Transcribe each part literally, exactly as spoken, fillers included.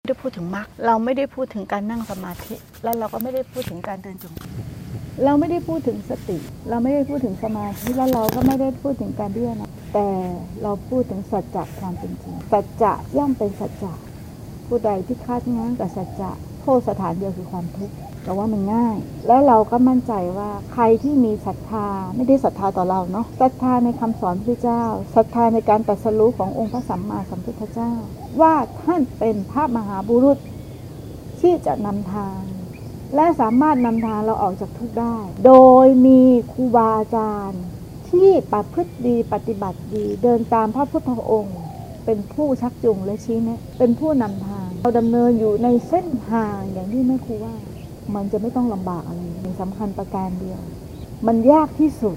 ได้พูดถึงมรรคเราไม่ได้พูดถึงการนั่งสมาธิแล้วเราก็ไม่ได้พูดถึงการเดินจงกรมเราไม่ได้พูดถึงสติเราไม่ได้พูดถึงสมาธิแล้วเราก็ไม่ได้พูดถึงการเรียนนะแต่เราพูดถึงสัจจะความเป็นจริงสัจจะย่อมเป็นสัจจะผู้ใดที่คาดง้างกับสัจจะโทษสถานเดียวคือความทุกข์แต่ว่ามันง่ายแล้วเราก็มั่นใจว่าใครที่มีศรัทธาไม่ได้ศรัทธาต่อเราเนาะศรัทธาในคำสอนพระเจ้าศรัทธาในการตรัสรู้ขององค์พระสัมมาสัมพุทธเจ้าว่าท่านเป็นพระมหาบุรุษที่จะนำทางและสามารถนำทางเราออกจากทุกข์ได้โดยมีครูบาอาจารย์ที่ประพฤติดีปฏิบัติดีเดินตามพระพุทธองค์เป็นผู้ชักจูงและชี้แนะเป็นผู้นำทางเราดำเนินอยู่ในเส้นทางอย่างที่แม่ครูว่ามันจะไม่ต้องลำบากอะไรในสำคัญประการเดียวมันยากที่สุด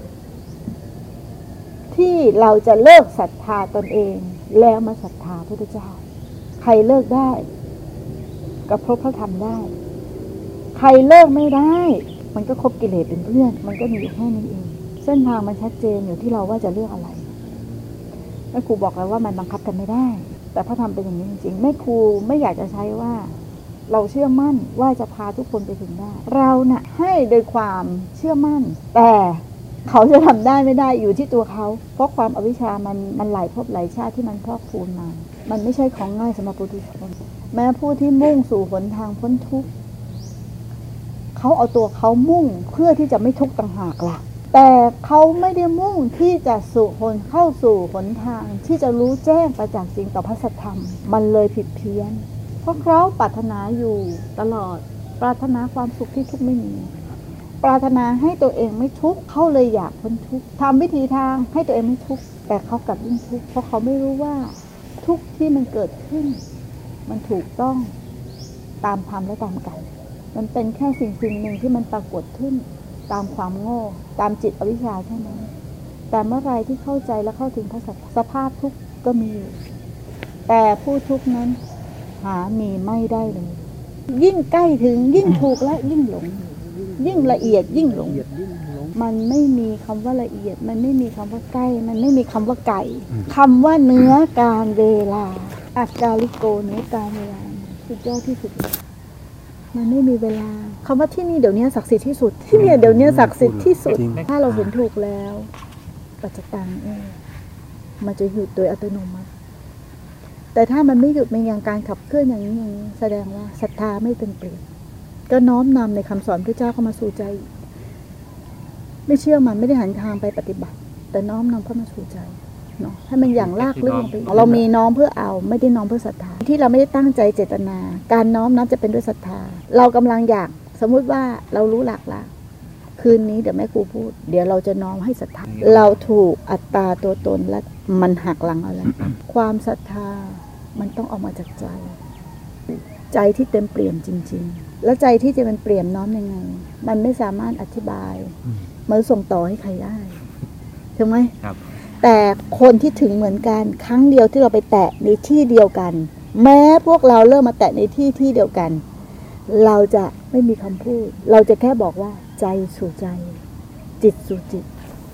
ที่เราจะเลิกศรัทธาตนเองแล้วมาศรัทธาพระพุทธเจ้าใครเลิกได้ก็พบพระธรรมได้ใครเลิกไม่ได้มันก็คบกิเลสเป็นเพื่อนมันก็มีอยู่แค่นี้เองเส้นทางมันชัดเจนอยู่ที่เราว่าจะเลือกอะไรแม่ครูบอกแล้วว่ามันบังคับกันไม่ได้แต่พระธรรมเป็นอย่างนี้จริงๆแม่ครูไม่อยากจะใช้ว่าเราเชื่อมั่นว่าจะพาทุกคนไปถึงได้เราน่ะให้โดยความเชื่อมั่นแต่เขาจะทำได้ไม่ได้อยู่ที่ตัวเขาเพราะความอวิชชามันมันหลายภพหลายชาติที่มันพอกพูนมามันไม่ใช่ของง่ายสำหรับปุถุชนแม้ผู้ที่มุ่งสู่หนทางพ้นทุกข์เขาเอาตัวเขามุ่งเพื่อที่จะไม่ทุกข์ต่างหากล่ะแต่เขาไม่ได้มุ่งที่จะสู่หนเข้าสู่หนทางที่จะรู้แจ้งประจักษ์จริงต่อพระสัทธรรมมันเลยผิดเพี้ยนเพราะเขาปรารถนาอยู่ตลอดปรารถนาความสุขที่ทุกข์ไม่มีปรารถนาให้ตัวเองไม่ทุกข์เขาเลยอยากพ้นทุกข์ทำวิธีทางให้ตัวเองไม่ทุกข์แต่เขากลับยิ่งทุกข์เพราะเขาไม่รู้ว่าทุกข์ที่มันเกิดขึ้นมันถูกต้องตามธรรมและตามกรรมมันเป็นแค่สิ่งสิ่งหนึ่งที่มันปรากฏขึ้นตามความโง่ตามจิตอวิชชาเท่านั้นแต่เมื่อไรที่เข้าใจและเข้าถึงพระสภาพทุกข์ก็มีอยู่แต่ผู้ทุกข์นั้นหามีไม่ได้เลยยิ่งใกล้ถึงยิ่งถูกและยิ่งหลงยิ่งละเอียดยิ่งหลงมันไม่มีคำว่าละเอียดมันไม่มีคำว่าใกล้มันไม่มีคำว่าไก่คำว่าเนื้อการเวลาอักกาลิโกเนื้อการเวลาสุดยอดที่สุดมันไม่มีเวลาคำว่าที่นี่เดี๋ยวนี้ศักดิ์สิทธิ์ที่สุดที่นี่เดี๋ยวนี้ศักดิ์สิทธิ์ที่สุดถ้าเราเห็นถูกแล้วปัจจตังเองมันจะหยุดโดยอัตโนมัติแต่ถ้ามันไม่หยุดมันยังการขับเคลื่อนอย่างนี้อย่างนี้แสดงว่าศรัทธาไม่เป็นเปลี่ยนก็น้อมนำในคำสอนพระเจ้าเข้ามาสู่ใจไม่เชื่อมันไม่ได้หันทางไปปฏิบัติแต่น้อมนำเข้ามาสู่ใจเนาะให้มันอย่างลากลึกลงไปเรามีน้อมเพื่อเอาไม่ได้น้อมเพื่อศรัทธาที่เราไม่ได้ตั้งใจเจตนาการน้อมน้อมจะเป็นด้วยศรัทธาเรากำลังอยากสมมุติว่าเรารู้หลักละคืนนี้เดี๋ยวแม่ครูพูดเดี๋ยวเราจะน้อมให้ศรัทธาเราถูกอัตตาตัวตนและมันหักหลังเอาแล้วความศรัทธามันต้องออกมาจากใจใจที่เต็มเปี่ยมจริงๆแล้วใจที่จะเป็นเปี่ยมน้อมยังไงมันไม่สามารถอธิบายมันส่งต่อให้ใครได้ใช่ไหมครับแต่คนที่ถึงเหมือนกันครั้งเดียวที่เราไปแตะในที่เดียวกันแม้พวกเราเริ่มมาแตะในที่ที่เดียวกันเราจะไม่มีคำพูดเราจะแค่บอกว่าใจสู่ใจจิตสู่จิต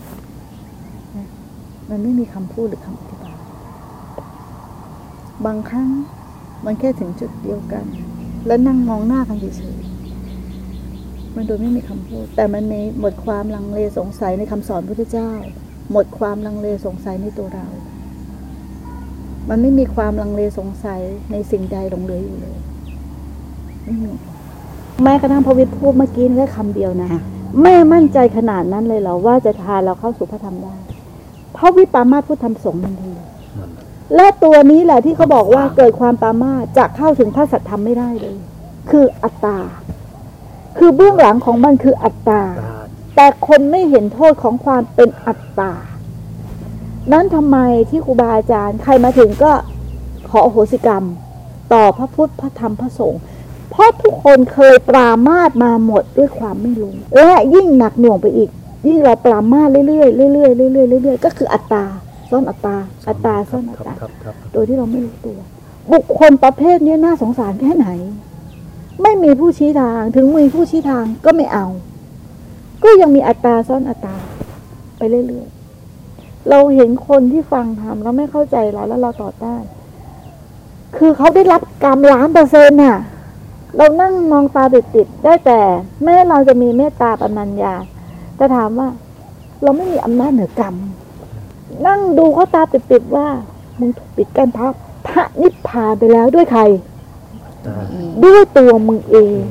มันไม่มีคำพูดหรือคำอธิบายบางครั้งมันแค่ถึงจุดเดียวกันแล้วนั่งมองหน้ากันเฉยๆมันโดยไม่มีคำพูดแต่มันมีหมดความลังเลสงสัยในคำสอนพระพุทธเจ้าหมดความลังเลสงสัยในตัวเรามันไม่มีความลังเลสงสัยในสิ่งใดหลงเหลืออยู่เลยไม่มีแม้กระทั่งพระวิทย์พูดเมื่อกี้แค่คำเดียวนะแม่มั่นใจขนาดนั้นเลยเหรอว่าจะพาเราเข้าสู่พระธรรมได้พระวิปามาสพุทธธรรมสงฆ์ทันทีและตัวนี้แหละที่เขาบอกว่าเกิดความปามาสจะเข้าถึงพระสัทธรรมไม่ได้เลยคืออัตตาคือเบื้องหลังของมันคืออัตตาแต่คนไม่เห็นโทษของความเป็นอัตตานั้นทำไมที่ครูบาอาจารย์ใครมาถึงก็ขออโหสิกรรมต่อพระพุทธพระธรรมพระสงฆ์เพราะทุกคนเคยปรามาสมาหมดด้วยความไม่รู้และยิ่งหนักหน่วงไปอีกยิ่งเราปรามาสเรื่อยๆเรื่อยๆเรื่อยๆเรื่อยๆก็คืออัตตาซ่อนอัตตาอัตตาซ่อนอัตตาโดยที่เราไม่รู้ตัวบุคคลประเภทนี้น่าสงสารแค่ไหนไม่มีผู้ชี้ทางถึงมีผู้ชี้ทางก็ไม่เอาก็ยังมีอัตตาซ่อนอัตตาไปเรื่อยๆเราเห็นคนที่ฟังธรรมแล้วไม่เข้าใจเราแล้วเราต่อต้านคือเขาได้รับกรรมล้านเปอร์เซ็นต์น่ะเรานั่งมองตาติดๆได้แต่แม้เราจะมีเมตตาปนัญญาแต่ถามว่าเราไม่มีอำนาจเหนือกรรมนั่งดูเขาตาติดๆว่ามึงถูกปิดกั้นพระพระนิพพานไปแล้วด้วยใครด้วยตัวมึงเอง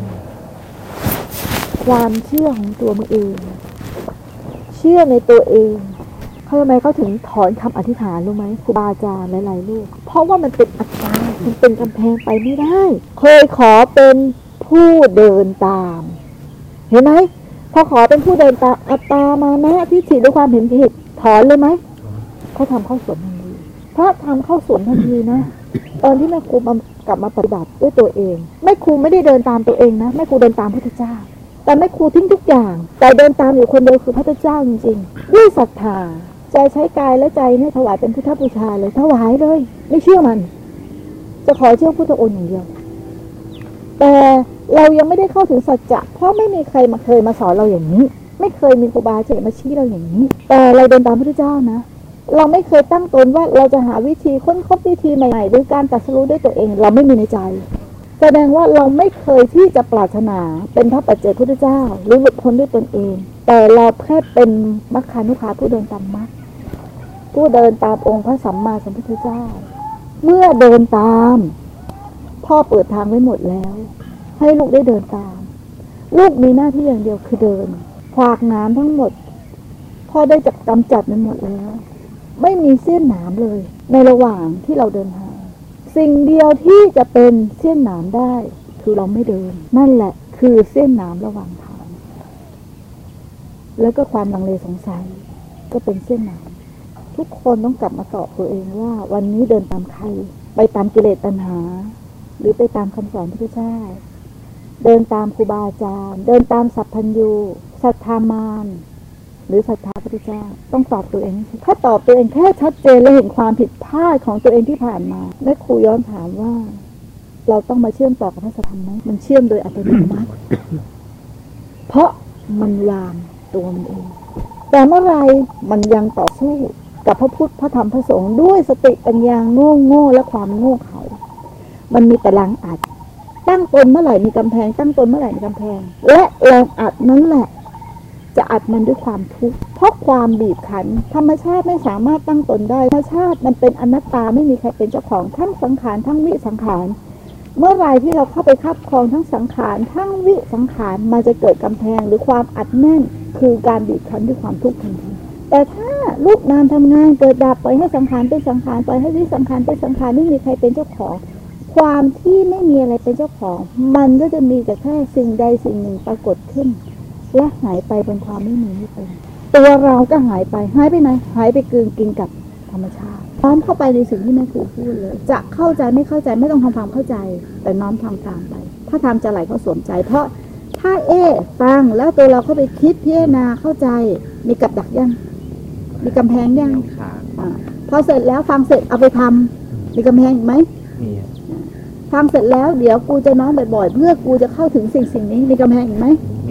ความเชื่อของตัวมึงเองเชื่อในตัวเองเขาทำไมเขาถึงถอนคำอธิษฐานรู้ไหมครูบาอาจารย์หลายๆลูกเพราะว่ามันเป็นอัตตามันเป็นกำแพงไปไม่ได้เคยขอเป็นผู้เดินตามเห็นไหมพอขอเป็นผู้เดินตามอัตตามานะที่ฉีดด้วยความเห็นผิดถอนเลยไหมเขาทำเข้าสวนทันทีพระทำเข้าสวนทันทีนะตอนที่แม่ครูมากลับมาปฏิบัติด้วยตัวเองแม่ครูไม่ได้เดินตามตัวเองนะแม่ครูเดินตามพระพุทธเจ้าแต่แม่ครูทิ้งทุกอย่างแต่เดินตามอยู่คนเดียวคือพระพุทธเจ้าจริงๆด้วยศรัทธาใจใช้กายและใจเนี่ยถวายเป็นพุทธบูชาเลยถวายเลยไม่เชื่อมันจะขอเชื่อพุทธองค์อย่างเดียวแต่เรายังไม่ได้เข้าถึงสัจจะเพราะไม่มีใครมาเคยมาสอนเราอย่างนี้ไม่เคยมีครูบาอาจารย์มาชี้เราอย่างนี้แต่เราเดินตามพระพุทธเจ้านะเราไม่เคยตั้งตนว่าเราจะหาวิธีค้นคบวิธีใหม่ๆหรือการตรัสรู้ด้วยตัวเองเราไม่มีในใจแสดงว่าเราไม่เคยที่จะปรารถนาเป็นพระปัจเจกพุทธเจ้าหรือหลุดพ้นด้วยตนเองแต่เราแค่เป็นมัคคานุภาผู้เดินตามมรรคผู้เดินตามองค์พระสัมมาสัมพุทธเจ้าเมื่อเดินตามพ่อเปิดทางไว้หมดแล้วให้ลูกได้เดินตามลูกมีหน้าที่อย่างเดียวคือเดินขวากน้ำทั้งหมดพ่อได้จัดกำจัดมันหมดแล้วไม่มีเสี้ยนหนามเลยในระหว่างที่เราเดินทางสิ่งเดียวที่จะเป็นเสี้ยนหนามได้คือเราไม่เดินนั่นแหละคือเสี้ยนหนามระหว่างทางแล้วก็ความลังเลสงสัยก็เป็นเสี้ยนหนามทุกคนต้องกลับมาตอบตัวเองว่าวันนี้เดินตามใครไปตามกิเลสตัณหาหรือไปตามคำสอนพระพุทธเจ้าเดินตามครูบาอาจารย์เดินตามสัพพัญญูศรัทธามารหรือศรัทธาพระพุทธเจ้าต้องตอบตัวเองถ้าตอบตัวเองแค่ชัดเจนและเห็นความผิดพลาดของตัวเองที่ผ่านมาแม่ครูย้อนถามว่าเราต้องมาเชื่อมต่อกับพระธรรมไหมมันเชื่อมโดยอัตโนมัติเพราะมันวางตัวมันเองแต่เมื่อไรมันยังต่อสู้กับพระพุทธพระธรรมพระสงฆ์ด้วยสติปัญญาโง่โง่และความโง่เขามันมีแต่แรงอัดตั้งตนเมื่อไหร่มีกำแพงตั้งตนเมื่อไหร่มีกำแพงและแรงอัดนั้นแหละจะอัดมันด้วยความทุกข์เพราะความบีบคั้นธรรมชาติไม่สามารถตั้งตนได้ธรรมชาติมันเป็นอนัตตาไม่มีใครเป็นเจ้าของทั้งสังขารทั้งวิสังขารเมื่อไรที่เราเข้าไปครอบครองทั้งสังขารทั้งวิสังขารมันจะเกิดกำแพงหรือความอัดแน่นคือการบีบคั้นด้วยความทุกข์ทันทีแต่ถ้าลูกนามทำงานเกิดดับปล่อยให้สังขารเป็นสังขารปล่อยให้วิสังขารเป็นสังขารไม่มีใครเป็นเจ้าของความที่ไม่มีอะไรเป็นเจ้าของมันก็จะมีแต่แค่สิ่งใดสิ่งหนึ่งปรากฏขึ้นและหายไปเป็นความไม่มีไม่เป็นตัวเราก็หายไปหายไปไหนหายไปกลืนกินกับธรรมชาติน้อมเข้าไปในสิ่งที่แม่ครูพูดเลยจะเข้าใจไม่เข้าใจไม่ต้องทำความเข้าใจแต่น้อมทำตามไปถ้าทำจะไหลเข้าสวมใจเพราะถ้าเอฟังแล้วตัวเราเข้าไปคิดพิจารณาเข้าใจมีกับดักยังมีกำแพงยังอ่าพอเสร็จแล้วฟังเสร็จเอาไปทำมีกำแพงอีกไหมมีฟังเสร็จแล้วเดี๋ยวกูจะน้อมบ่อยๆเพื่อกูจะเข้าถึงสิ่งสิ่งนี้มีกำแพงอีกไหมมี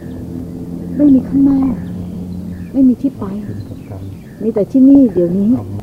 ไม่มีข้างหน้าไม่มีที่ไปมีแต่ที่นี่เดี๋ยวนี้